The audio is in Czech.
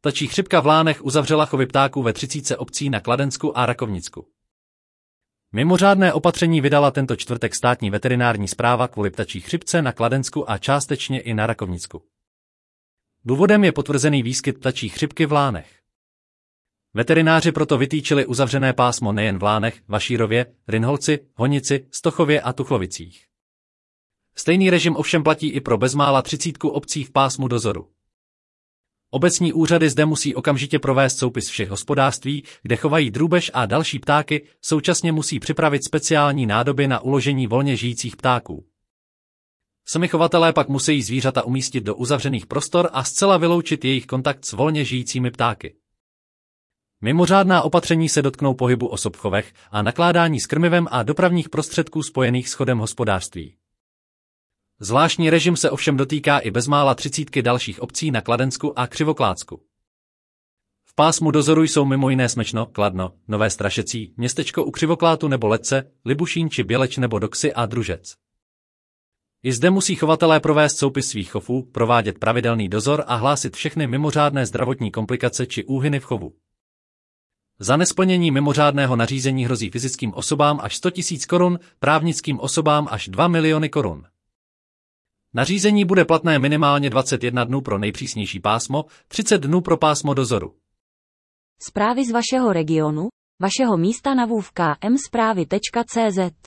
Ptačí chřipka v Lánech uzavřela chovy ptáků ve 30 obcí na Kladensku a Rakovnicku. Mimořádné opatření vydala tento čtvrtek státní veterinární správa kvůli ptačí chřipce na Kladensku a částečně i na Rakovnicku. Důvodem je potvrzený výskyt ptačí chřipky v Lánech. Veterináři proto vytýčili uzavřené pásmo nejen v Lánech, Vašírově, Rynholci, Honici, Stochově a Tuchlovicích. Stejný režim ovšem platí i pro bezmála 30 obcí v pásmu dozoru. Obecní úřady zde musí okamžitě provést soupis všech hospodářství, kde chovají drůbež a další ptáky, současně musí připravit speciální nádoby na uložení volně žijících ptáků. Sami chovatelé pak musí zvířata umístit do uzavřených prostor a zcela vyloučit jejich kontakt s volně žijícími ptáky. Mimořádná opatření se dotknou pohybu osob v chovech a nakládání s krmivem a dopravních prostředků spojených s chodem hospodářství. Zvláštní režim se ovšem dotýká i bezmála 30 dalších obcí na Kladensku a Křivoklátsku. V pásmu dozoru jsou mimo jiné Smečno, Kladno, Nové Strašecí, městečko u Křivoklátu nebo Ledce, Libušín či Běleč nebo Doksy a Družec. I zde musí chovatelé provést soupis svých chovů, provádět pravidelný dozor a hlásit všechny mimořádné zdravotní komplikace či úhyny v chovu. Za nesplnění mimořádného nařízení hrozí fyzickým osobám až 100 000 korun, právnickým osobám až 2 miliony korun. Nařízení bude platné minimálně 21 dnů pro nejpřísnější pásmo, 30 dnů pro pásmo dozoru. Zprávy z vašeho regionu, vašeho místa na www.kmspravy.cz